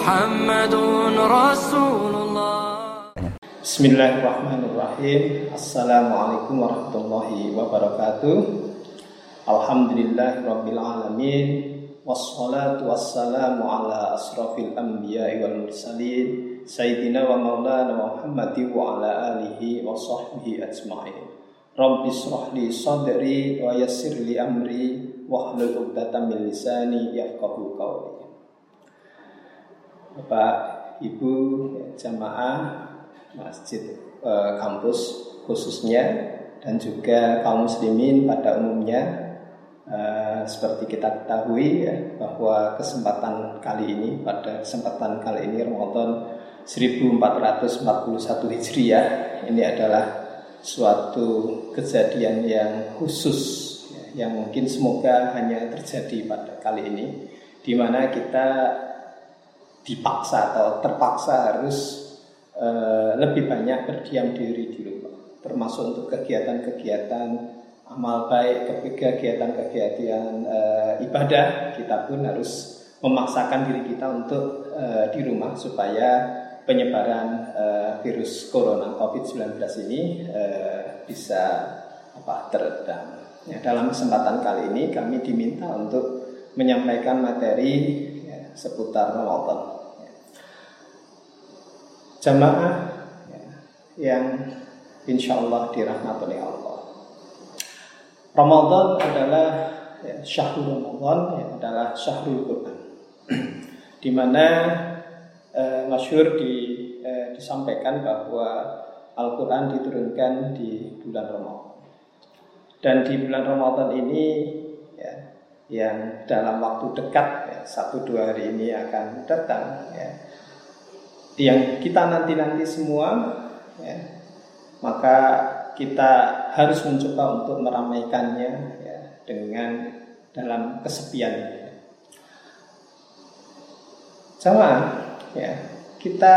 محمد رسول الله. Bismillahirrahmanirrahim. Assalamualaikum warahmatullahi wabarakatuh. Alhamdulillahirabbil alamin. Wassalatu wassalamu ala asrafil anbiya'i wal mursalin sayyidina wa maulana Muhammadin wa ala alihi wa sahbihi ajma'in. Rabbi shrah li sadri wa yassir li amri wahlul 'uqdatam min lisani yafqahu qawli. Bapak, Ibu, jamaah masjid kampus khususnya dan juga kaum muslimin pada umumnya, seperti kita ketahui bahwa pada kesempatan kali ini Ramadan 1441 Hijriah ini adalah suatu kejadian yang khusus yang mungkin semoga hanya terjadi pada kali ini, di mana kita dipaksa atau terpaksa harus lebih banyak berdiam diri di rumah, termasuk untuk kegiatan-kegiatan amal baik, kegiatan-kegiatan ibadah. Kita pun harus memaksakan diri kita untuk di rumah supaya penyebaran virus corona COVID-19 ini bisa teredam. Dalam kesempatan kali ini kami diminta untuk menyampaikan materi seputar Ramadan. Jamaah yang insya Allah dirahmati oleh Allah. Ramadan adalah syahrul Ramadan, adalah syahrul Quran, di mana masyhur disampaikan bahwa Al-Quran diturunkan di bulan Ramadan. Dan di bulan Ramadan ini yang dalam waktu dekat 1-2 hari ini akan datang, yang kita nanti semua, maka kita harus mencoba untuk meramaikannya dengan dalam kesepian. Sama kita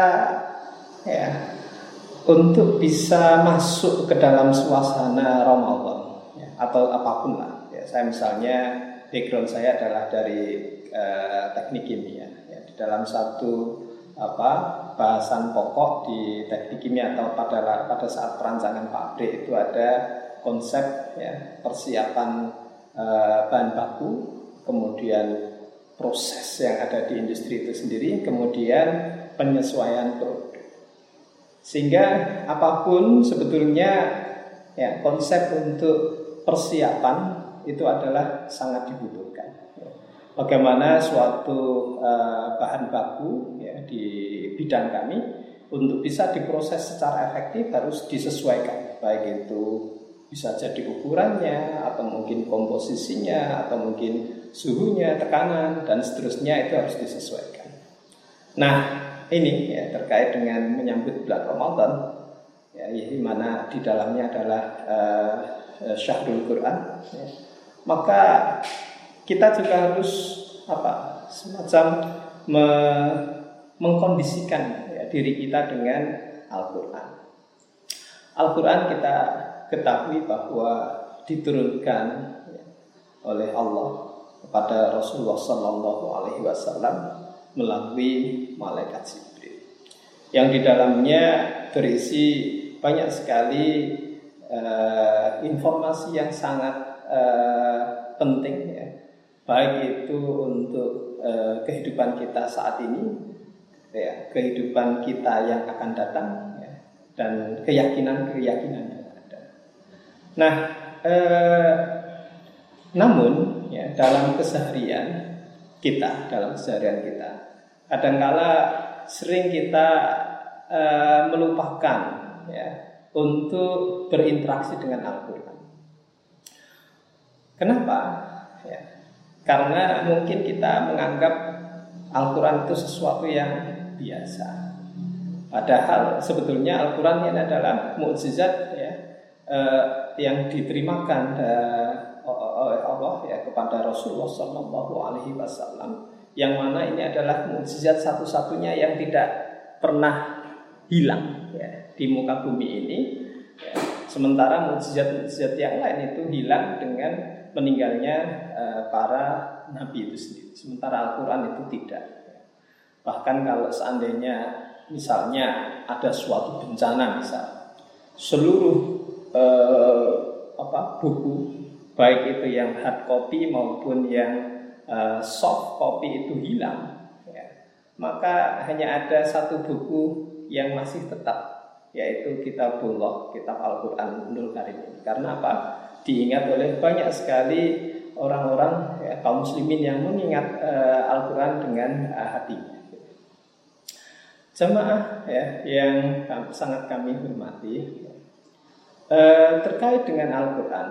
untuk bisa masuk ke dalam suasana Ramadan atau apapun lah. Saya misalnya background saya adalah dari teknik kimia. Di dalam satu bahasan pokok di teknik kimia atau pada saat perancangan pabrik itu ada konsep persiapan bahan baku, kemudian proses yang ada di industri itu sendiri, kemudian penyesuaian produk. Sehingga apapun sebetulnya konsep untuk persiapan itu adalah sangat dibutuhkan. Bagaimana suatu bahan baku di bidang kami untuk bisa diproses secara efektif harus disesuaikan, baik itu bisa jadi ukurannya atau mungkin komposisinya atau mungkin suhunya, tekanan dan seterusnya, itu harus disesuaikan. Nah, ini terkait dengan menyambut bulan Ramadan, di mana di dalamnya adalah syahrul Quran, maka kita juga harus semacam mengkondisikan diri kita dengan Al-Quran. Al-Quran kita ketahui bahwa diturunkan oleh Allah kepada Rasulullah SAW melalui malaikat Jibril, yang di dalamnya berisi banyak sekali informasi yang sangat penting, baik itu untuk kehidupan kita saat ini, kehidupan kita yang akan datang, dan keyakinan-keyakinan yang ada. Nah, namun dalam keseharian kita, kadangkala sering kita melupakan untuk berinteraksi dengan Al-Quran. Kenapa? Karena mungkin kita menganggap Al-Quran itu sesuatu yang biasa. Padahal sebetulnya Al-Quran ini adalah mukjizat yang diterimakan oleh Allah kepada Rasulullah SAW, yang mana ini adalah mukjizat satu-satunya yang tidak pernah hilang di muka bumi ini. Sementara mukjizat-mukjizat yang lain itu hilang dengan meninggalnya para nabi itu sendiri. Sementara Al-Quran itu tidak. Bahkan kalau seandainya misalnya ada suatu bencana, misal seluruh buku, baik itu yang hard copy maupun yang soft copy itu hilang, ya, maka hanya ada satu buku yang masih tetap, yaitu Kitabullah, kitab Al-Quranul Karim. Karena apa? Diingat oleh banyak sekali orang-orang, ya, kaum muslimin yang mengingat Al-Quran dengan hatinya. Jamaah, ya, yang sangat kami hormati, terkait dengan Al-Quran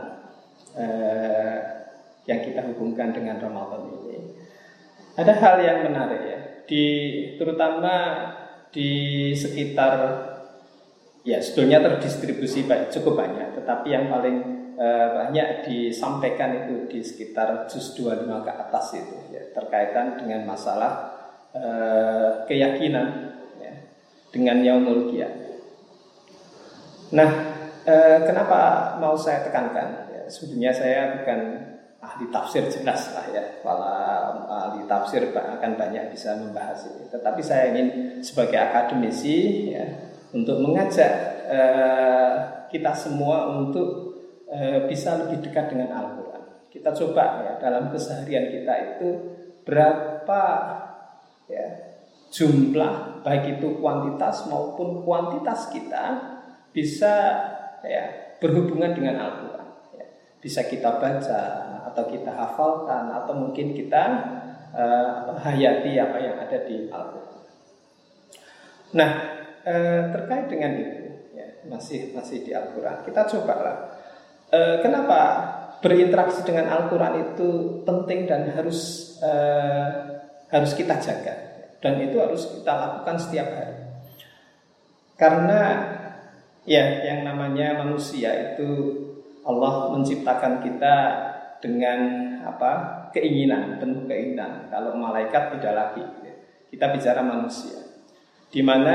yang kita hubungkan dengan Ramadan ini, ada hal yang menarik, ya, terutama di sekitar, ya, sebetulnya terdistribusi cukup banyak, tetapi yang paling banyak disampaikan itu di sekitar juz 25 ke atas itu, ya, terkaitan dengan masalah keyakinan, ya, dengan yaumul qiyamah. Nah, kenapa mau saya tekankan? Ya, sebetulnya saya bukan ahli tafsir, jelas lah, ya, para ahli tafsir akan banyak bisa membahas ini. Tetapi saya ingin sebagai akademisi, ya, untuk mengajak kita semua untuk bisa lebih dekat dengan Al-Quran. Kita coba, ya, dalam keseharian kita itu berapa, ya, jumlah, baik itu kuantitas maupun kuantitas kita bisa, ya, berhubungan dengan Al-Quran, ya. Bisa kita baca atau kita hafalkan atau mungkin kita hayati apa yang ada di Al-Quran. Nah, terkait dengan itu, ya, masih di Al-Quran, kita cobalah kenapa berinteraksi dengan Al-Quran itu penting dan harus kita jaga, dan itu harus kita lakukan setiap hari. Karena, ya, yang namanya manusia itu Allah menciptakan kita dengan keinginan, penuh keinginan. Kalau malaikat tidak lagi, kita bicara manusia, di mana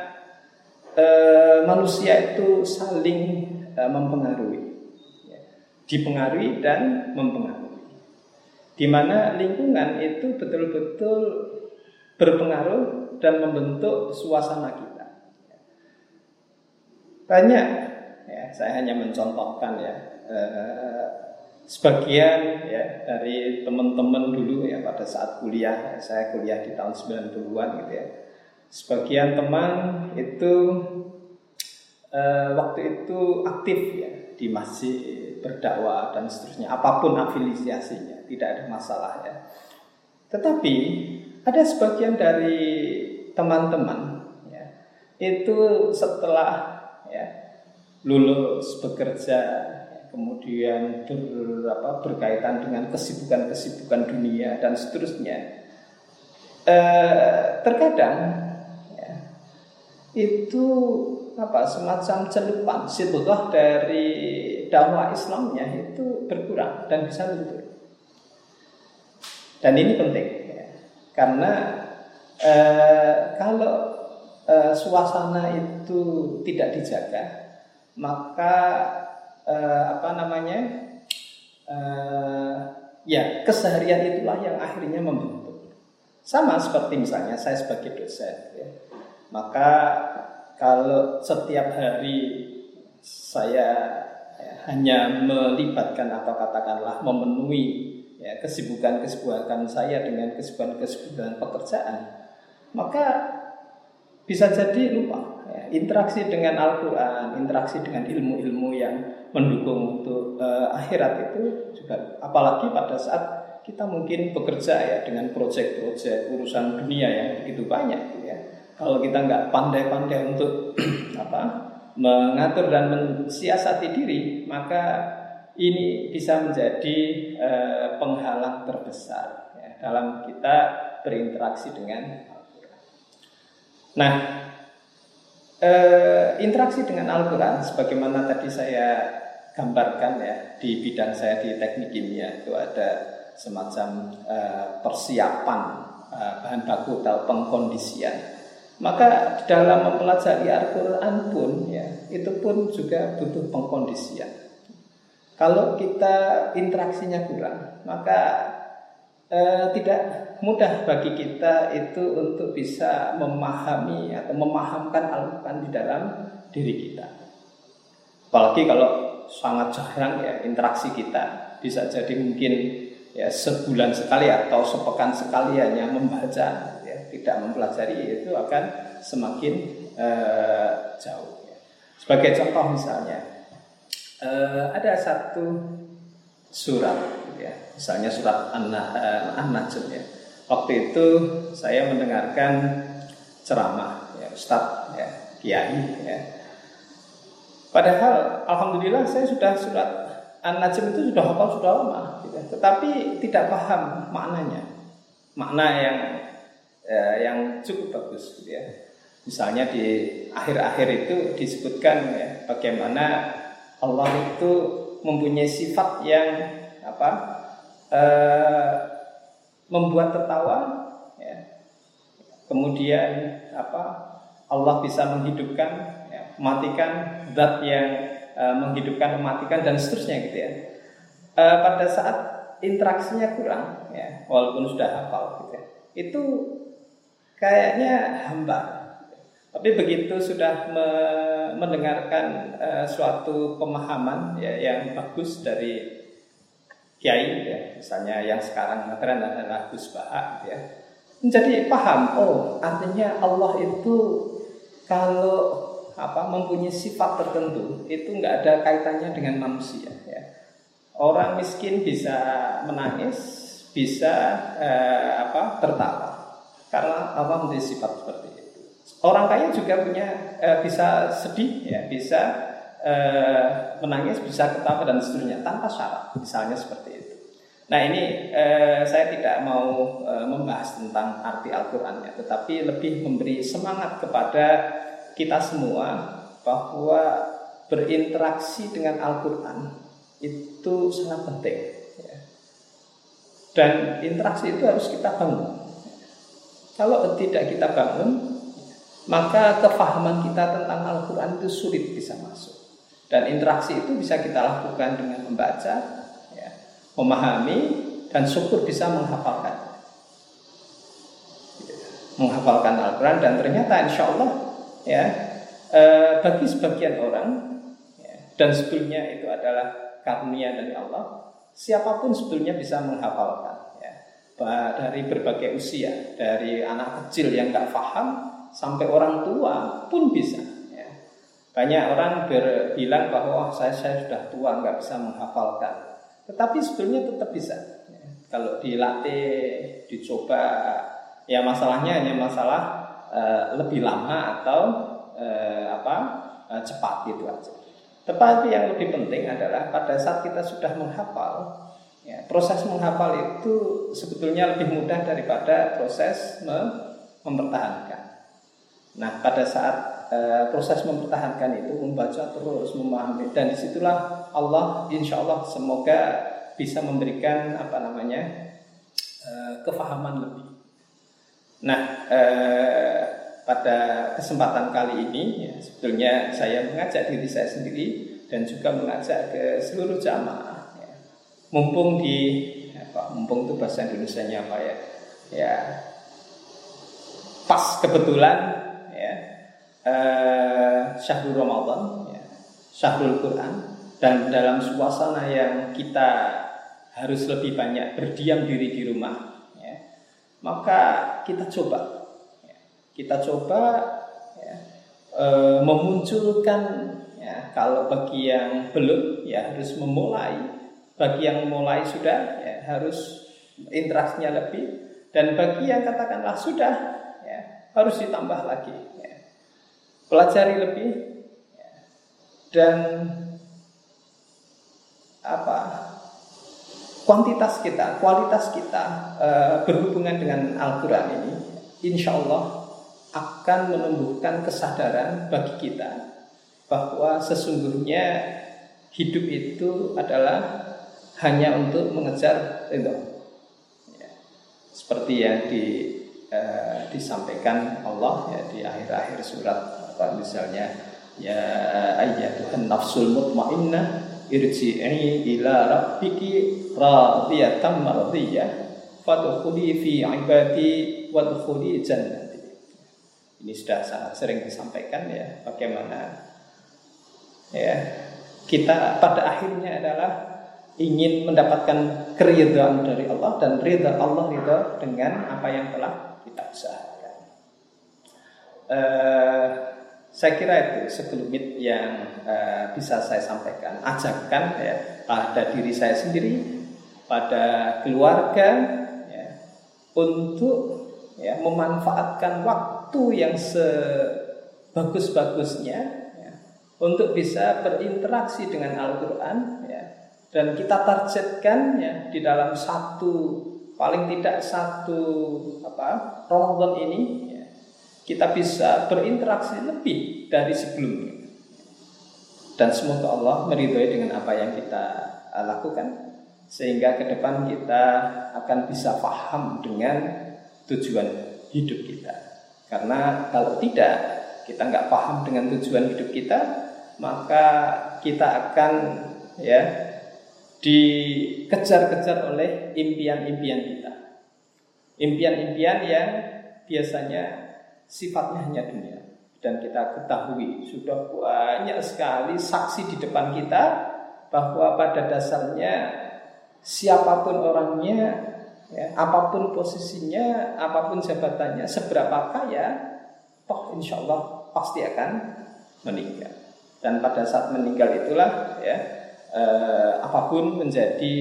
manusia itu saling mempengaruhi, ya, dipengaruhi dan mempengaruhi, di mana lingkungan itu betul-betul berpengaruh dan membentuk suasana kita. Banyak, ya, saya hanya mencontohkan, ya, sebagian, ya, dari teman-teman dulu, ya, pada saat kuliah, ya, saya kuliah di tahun 90-an gitu, ya. Sebagian teman itu waktu itu aktif, ya, di masjid, berdakwah dan seterusnya, apapun afiliasinya, tidak ada masalah, ya. Tetapi ada sebagian dari teman-teman, ya, itu setelah, ya, lulus bekerja, ya, kemudian berkaitan dengan kesibukan-kesibukan dunia dan seterusnya, terkadang, ya, itu semacam celupan sibghah dari dakwah Islamnya itu berkurang dan bisa luntur. Dan ini penting, ya, karena kalau suasana itu tidak dijaga, maka ya, keseharian itulah yang akhirnya membentuk. Sama seperti misalnya saya sebagai dosen, ya, maka kalau setiap hari saya, ya, hanya melibatkan atau katakanlah memenuhi, ya, kesibukan-kesibukan saya dengan kesibukan-kesibukan pekerjaan, maka bisa jadi lupa, ya, interaksi dengan Al-Quran, interaksi dengan ilmu-ilmu yang mendukung untuk akhirat itu juga, apalagi pada saat kita mungkin bekerja, ya, dengan proyek-proyek urusan dunia yang begitu banyak, ya. Kalau kita nggak pandai-pandai untuk mengatur dan mensiasati diri, maka ini bisa menjadi penghalang terbesar, ya, dalam kita berinteraksi dengan Al-Quran. Nah, interaksi dengan Al-Quran, sebagaimana tadi saya gambarkan, ya, di bidang saya di teknik kimia itu ada semacam persiapan bahan baku atau pengkondisian. Maka dalam mempelajari Al-Quran pun, ya, itu pun juga butuh pengkondisian. Kalau kita interaksinya kurang, maka tidak mudah bagi kita itu untuk bisa memahami atau memahamkan Al-Quran di dalam diri kita. Apalagi kalau sangat jarang ya interaksi kita, bisa jadi mungkin ya sebulan sekali atau sepekan sekali hanya membaca, ya, tidak mempelajari, itu akan semakin jauh. Sebagai contoh misalnya, ada satu surat, ya, misalnya surat An-Najm, ya. Waktu itu saya mendengarkan ceramah, ya, Ustadz, ya, Kiai, ya. Padahal alhamdulillah saya sudah surat An-Najm itu sudah hafal sudah lama, gitu. Tetapi tidak paham maknanya, makna yang cukup bagus, gitu ya. Misalnya di akhir-akhir itu disebutkan ya, bagaimana Allah itu mempunyai sifat yang membuat tertawa, ya. Kemudian Allah bisa menghidupkan, ya, mematikan, zat yang menghidupkan, mematikan, dan seterusnya, gitu ya. Pada saat interaksinya kurang, ya, walaupun sudah hafal, gitu ya, itu kayaknya hambar. Tapi begitu sudah mendengarkan suatu pemahaman, ya, yang bagus dari kiai, ya, misalnya yang sekarang ngetren adalah Gus Baha, ya, menjadi paham, oh artinya Allah itu kalau mempunyai sifat tertentu itu nggak ada kaitannya dengan manusia, ya. Orang miskin bisa menangis, bisa tertawa karena Allah mempunyai sifat seperti itu. Orang kaya juga punya bisa sedih, ya, bisa menangis, bisa ketawa, dan seterusnya tanpa syarat, misalnya seperti itu. Nah ini saya tidak mau membahas tentang arti Al-Quran, ya, tetapi lebih memberi semangat kepada kita semua bahwa berinteraksi dengan Al-Quran itu sangat penting, ya. Dan interaksi itu harus kita bangun. Kalau tidak kita bangun, maka kefahaman kita tentang Al-Quran itu sulit bisa masuk. Dan interaksi itu bisa kita lakukan dengan membaca, ya, memahami, dan syukur bisa menghafalkan. Menghafalkan Al-Quran, dan ternyata insya Allah, ya, bagi sebagian orang, ya, dan sebetulnya itu adalah karunia dari Allah, siapapun sebetulnya bisa menghafalkan, ya. Dari berbagai usia, dari anak kecil yang gak paham sampai orang tua pun bisa, ya. Banyak orang bilang bahwa saya sudah tua nggak bisa menghafalkan, tetapi sebetulnya tetap bisa, ya. Kalau dilatih, dicoba, ya masalahnya hanya masalah lebih lama atau cepat, gitu aja. Tetapi yang lebih penting adalah pada saat kita sudah menghafal, ya, proses menghafal itu sebetulnya lebih mudah daripada proses mempertahankan. Nah, pada saat proses mempertahankan itu, membaca terus, memahami, dan disitulah Allah, insya Allah, semoga bisa memberikan kefahaman lebih. Nah, pada kesempatan kali ini, ya, sebetulnya saya mengajak diri saya sendiri dan juga mengajak ke seluruh jamaah, ya. Mumpung itu bahasa Indonesianya apa ya? Ya, pas kebetulan. Syahrul Ramadan, ya, Syahrul Quran, dan dalam suasana yang kita harus lebih banyak berdiam diri di rumah, ya, maka kita coba, ya, memunculkan, ya, kalau bagi yang belum, ya harus memulai, bagi yang mulai sudah, ya, harus interaksinya lebih, dan bagi yang katakanlah sudah, ya, harus ditambah lagi, ya. Pelajari lebih, ya. Dan kualitas kita berhubungan dengan Al-Quran ini, insya Allah akan menumbuhkan kesadaran bagi kita bahwa sesungguhnya hidup itu adalah hanya untuk mengejar ridho, ya. Seperti yang disampaikan Allah, ya, di akhir-akhir surat, misalnya, ya ayyatuhan nafsul mutmainnah irji'i ila rabbiki radiyatan mardiyah fadkhuli fi ibadi wadkhuli jannati. Ini sudah sangat sering disampaikan ya, bagaimana ya kita pada akhirnya adalah ingin mendapatkan keridhaan dari Allah, dan ridha Allah ridha dengan apa yang telah kita usahakan. Saya kira itu sekelumit yang bisa saya sampaikan, ajakan ya, pada diri saya sendiri, pada keluarga ya, untuk ya, memanfaatkan waktu yang sebagus-bagusnya ya, untuk bisa berinteraksi dengan Al-Quran ya. Dan kita targetkan ya, di dalam paling tidak satu Ramadan ini ya, kita bisa berinteraksi lebih dari sebelumnya. Dan semoga Allah meridhai dengan apa yang kita lakukan, sehingga ke depan kita akan bisa paham dengan tujuan hidup kita. Karena kalau tidak, kita nggak paham dengan tujuan hidup kita, maka kita akan ya dikejar-kejar oleh impian-impian kita. Impian-impian yang biasanya sifatnya hanya dunia. Dan kita ketahui sudah banyak sekali saksi di depan kita bahwa pada dasarnya siapapun orangnya ya, apapun posisinya, apapun jabatannya, seberapa kaya, toh insya Allah pasti akan meninggal. Dan pada saat meninggal itulah ya, apapun menjadi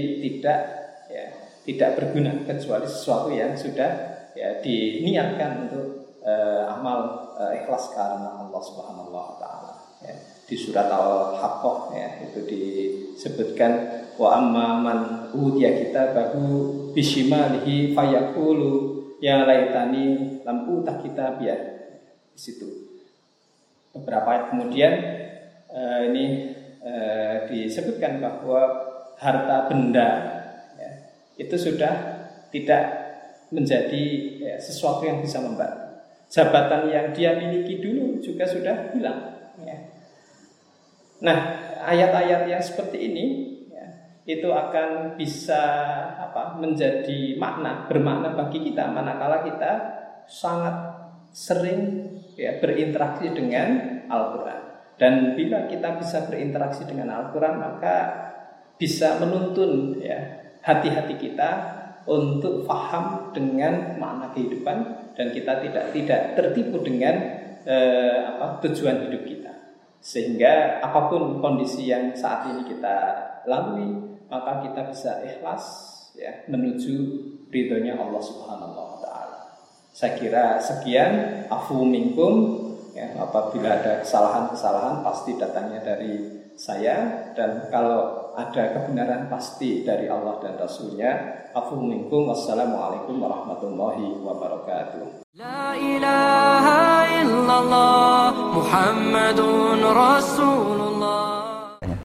tidak berguna kecuali sesuatu yang sudah ya, diniatkan untuk amal ikhlas karena Allah Subhanahu wa taala ya. Di surat Al-Haqqah ya, itu disebutkan wa amma man utiya kitabahu bishimalihi fayaqulu ya laitani lam uta kitabiyah. Di situ beberapa ayat kemudian ini disebutkan bahwa harta benda ya, itu sudah tidak menjadi ya, sesuatu yang bisa membantu. Jabatan yang dia miliki dulu juga sudah hilang ya. Nah, ayat-ayat yang seperti ini ya, itu akan bisa menjadi bermakna bagi kita manakala kita sangat sering ya, berinteraksi dengan Al-Quran. Dan bila kita bisa berinteraksi dengan Al-Quran, maka bisa menuntun ya, hati-hati kita untuk paham dengan makna kehidupan, dan kita tidak tertipu dengan tujuan hidup kita. Sehingga apapun kondisi yang saat ini kita lalui, maka kita bisa ikhlas ya, menuju ridhonya Allah Subhanahu wa taala. Saya kira sekian, afu minkum. Ya, apabila ada kesalahan-kesalahan pasti datangnya dari saya, dan kalau ada kebenaran pasti dari Allah dan Rasulnya. Afu minkum. Wassalamualaikum warahmatullahi wabarakatuh. La ilaha illallah Muhammadun Rasulullah.